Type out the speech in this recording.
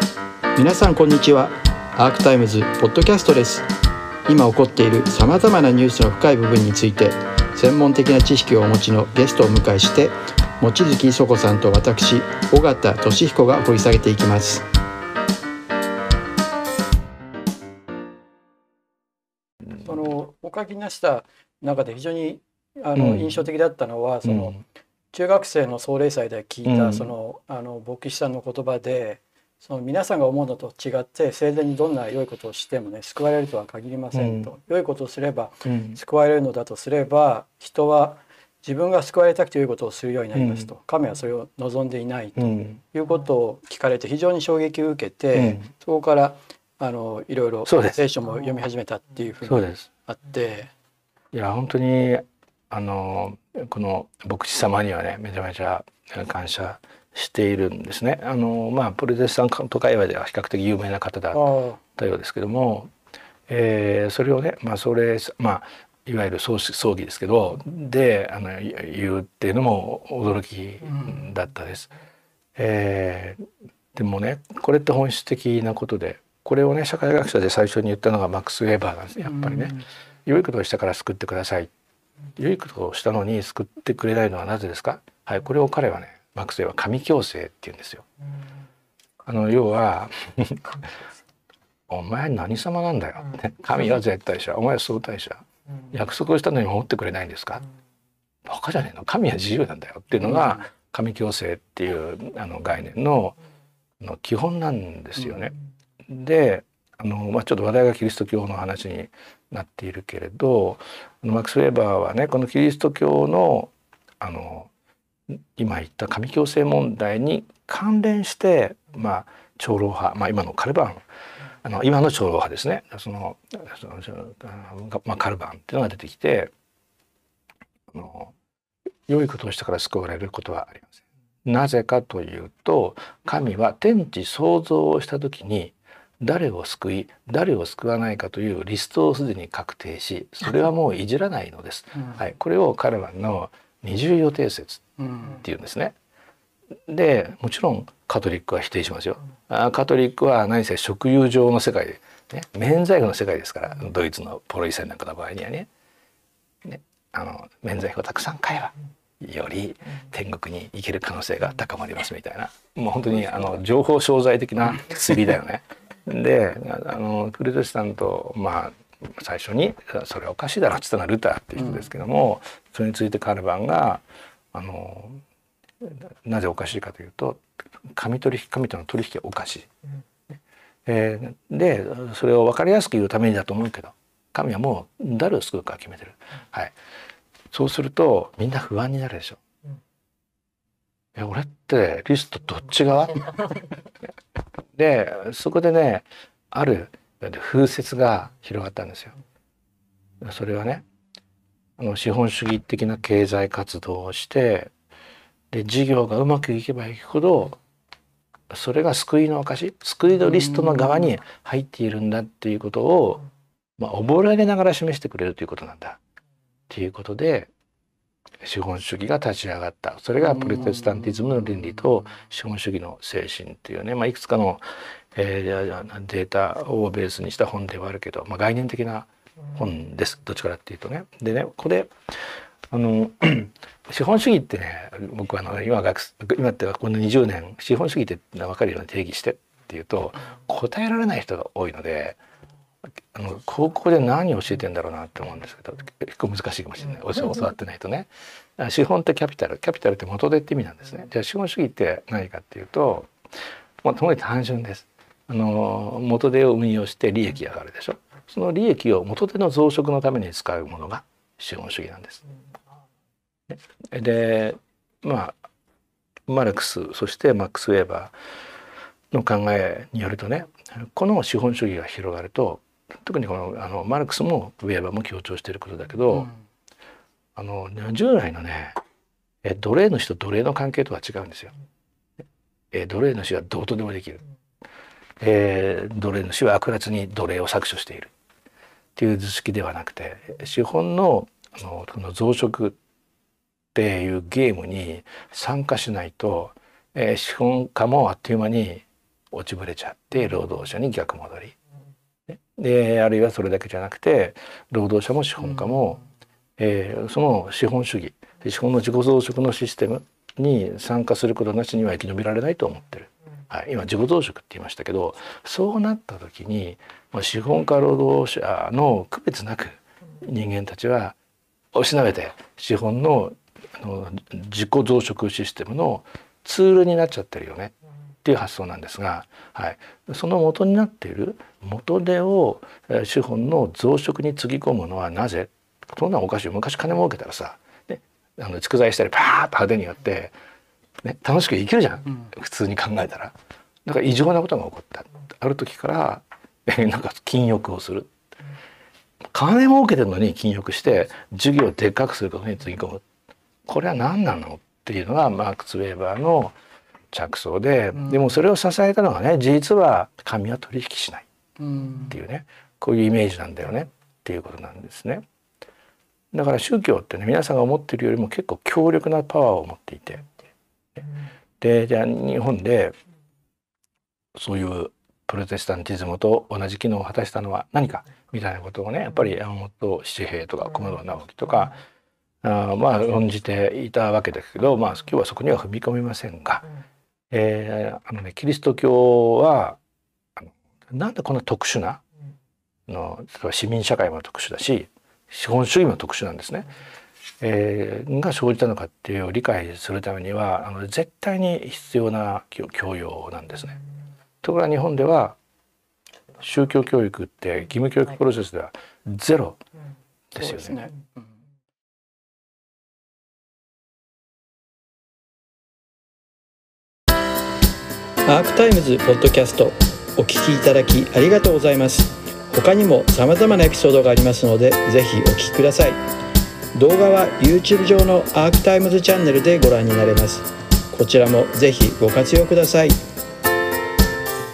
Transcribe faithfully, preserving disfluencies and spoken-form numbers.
皆さんこんにちは。アークタイムズポッドキャストです。今起こっているさまざまなニュースの深い部分について専門的な知識をお持ちのゲストをお迎えして望月磯子さんと私尾形俊彦が掘り下げていきます。そのお書きになした中で非常にあの、うん、印象的だったのはその、うん、中学生の壮麗祭で聞いた、うん、そのあの牧師さんの言葉で、その皆さんが思うのと違って生前にどんな良いことをしてもね救われるとは限りませんと、うん、良いことをすれば、うん、救われるのだとすれば人は自分が救われたくて良いことをするようになりますと、うん、神はそれを望んでいないということを聞かれて非常に衝撃を受けて、うん、そこからあのいろいろ聖書も読み始めたっていうふうにあって、 いや本当にあのこの牧師様にはねめちゃめちゃ感謝しているんですね。あのまあプロテスタント界隈では比較的有名な方だったようですけども、えー、それをねまあそれまあいわゆる葬葬儀ですけどであの言うっていうのも驚きだったです。うんえー、でもねこれって本質的なことで、これをね社会学者で最初に言ったのがマックス・ウェーバーなんです。やっぱりね、うん、良いことをしたから救ってください。良いことをしたのに救ってくれないのはなぜですか。はい、これを彼はねマックス・ウェーバー神強制って言うんですよ。うん、あの要はお前何様なんだよ、うん、神は絶対者、お前は相対者、うん、約束をしたのに守ってくれないんですか、うん、バカじゃねえの、神は自由なんだよっていうのが神強制っていうあの概念の、の基本なんですよね。うん、であの、まあ、ちょっと話題がキリスト教の話になっているけれど、マックス・ウェーバーはねこのキリスト教のあの今言った神強制問題に関連してまあ長老派、まあ、今のカルバンあの今の長老派ですね、そのその、まあ、カルバンっていうのが出てきて、あの良いことをしたから救われることはありません。なぜかというと神は天地創造をした時に誰を救い誰を救わないかというリストをすでに確定し、それはもういじらないのです。うん、はい、これをカルバンの二重予定説っていうんですね。でもちろんカトリックは否定しますよ。あカトリックは何せ食友情の世界で、ね、免罪符の世界ですから、ドイツのポロイセンなんかの場合にはね、ねあの免罪符をたくさん買えばより天国に行ける可能性が高まりますみたいな、もう本当にあの情報商材的な薬だよね。であのプロテスタントまあ最初にそれはおかしいだろうって言ったのはルターっていう人ですけども、うん、それについてカルバンがあのなぜおかしいかというと神取引神との取引はおかしい、うんえー、でそれを分かりやすく言うためにだと思うけど神はもう誰を救うか決めてる、はい、そうするとみんな不安になるでしょ、うん、え俺ってリストどっち側でそこでねある風説が広がったんですよ。それはねあの資本主義的な経済活動をしてで事業がうまくいけばいくほどそれが救いの証、救いのリストの側に入っているんだっていうことを、まあ、覚え上げながら示してくれるということなんだっていうことで資本主義が立ち上がった。それがプロテスタンティズムの倫理と資本主義の精神っていうね、まあ、いくつかの、えー、データをベースにした本ではあるけど、まあ、概念的な本です。どっちからっていうとね。でねここであの資本主義ってね僕はあの今学今ってこのにじゅうねん資本主義って分かるように定義してっていうと答えられない人が多いのであの高校で何を教えてんだろうなって思うんですけど結構難しいかもしれない、教わってないとね。資本ってキャピタルキャピタルって元手って意味なんですね。じゃあ資本主義って何かっていうともうともに単純です。あの元手を運用して利益が上がるでしょ。その利益を元手の増殖のために使うものが資本主義なんです。でまあマルクスそしてマックス・ウェーバーの考えによるとねこの資本主義が広がると特にこのあのマルクスもウェーバーも強調していることだけど、うん、あの従来のね奴隷主と奴隷の関係とは違うんですよ。奴隷主はどうとでもできる、えー、奴隷主は悪辣に奴隷を搾取しているっていう図式ではなくて資本のあのこの増殖っていうゲームに参加しないと、えー、資本家もあっという間に落ちぶれちゃって労働者に逆戻りで、あるいはそれだけじゃなくて労働者も資本家も、えー、その資本主義資本の自己増殖のシステムに参加することなしには生き延びられないと思ってる、はい、今自己増殖って言いましたけど、そうなった時に資本家労働者の区別なく人間たちはおしなべて資本のあの自己増殖システムのツールになっちゃってるよねっていう発想なんですが、はい、その元になっている元手を資本の増殖につぎ込むのはなぜ？そんなのおかしい。昔金儲けたらさ、ね、あの蓄財したりパーッと派手にやって、ね、楽しく生きるじゃん、うん、普通に考えたら。だから異常なことが起こった。ある時からなんか禁欲をする。金儲けてるのに禁欲して事業をでっかくすることにつぎ込む。これは何なのっていうのがマークス・ウェーバーの着想で、うん、でもそれを支えたのがね、実は神は取引しないっていうね、こういうイメージなんだよねっていうことなんですね。だから宗教ってね、皆さんが思っているよりも結構強力なパワーを持っていて、でじゃあ日本でそういうプロテスタンティズムと同じ機能を果たしたのは何かみたいなことをね、やっぱり山本七平とか小室直樹とかあまあ論じていたわけですけど、まあ今日はそこには踏み込みませんが、えー、あのねキリスト教はあのなんでこんな特殊なの、例えば市民社会も特殊だし資本主義も特殊なんですね、えー、が生じたのかっていうのを理解するためにはあの絶対に必要な教養なんですね。ところが日本では宗教教育って義務教育プロセスではゼロですよね。そうですね。 アークタイムズポッドキャストお聞きいただきありがとうございます。他にも様々なエピソードがありますのでぜひお聞きください。動画は YouTube 上のアークタイムズチャンネルでご覧になれます。こちらもぜひご活用ください。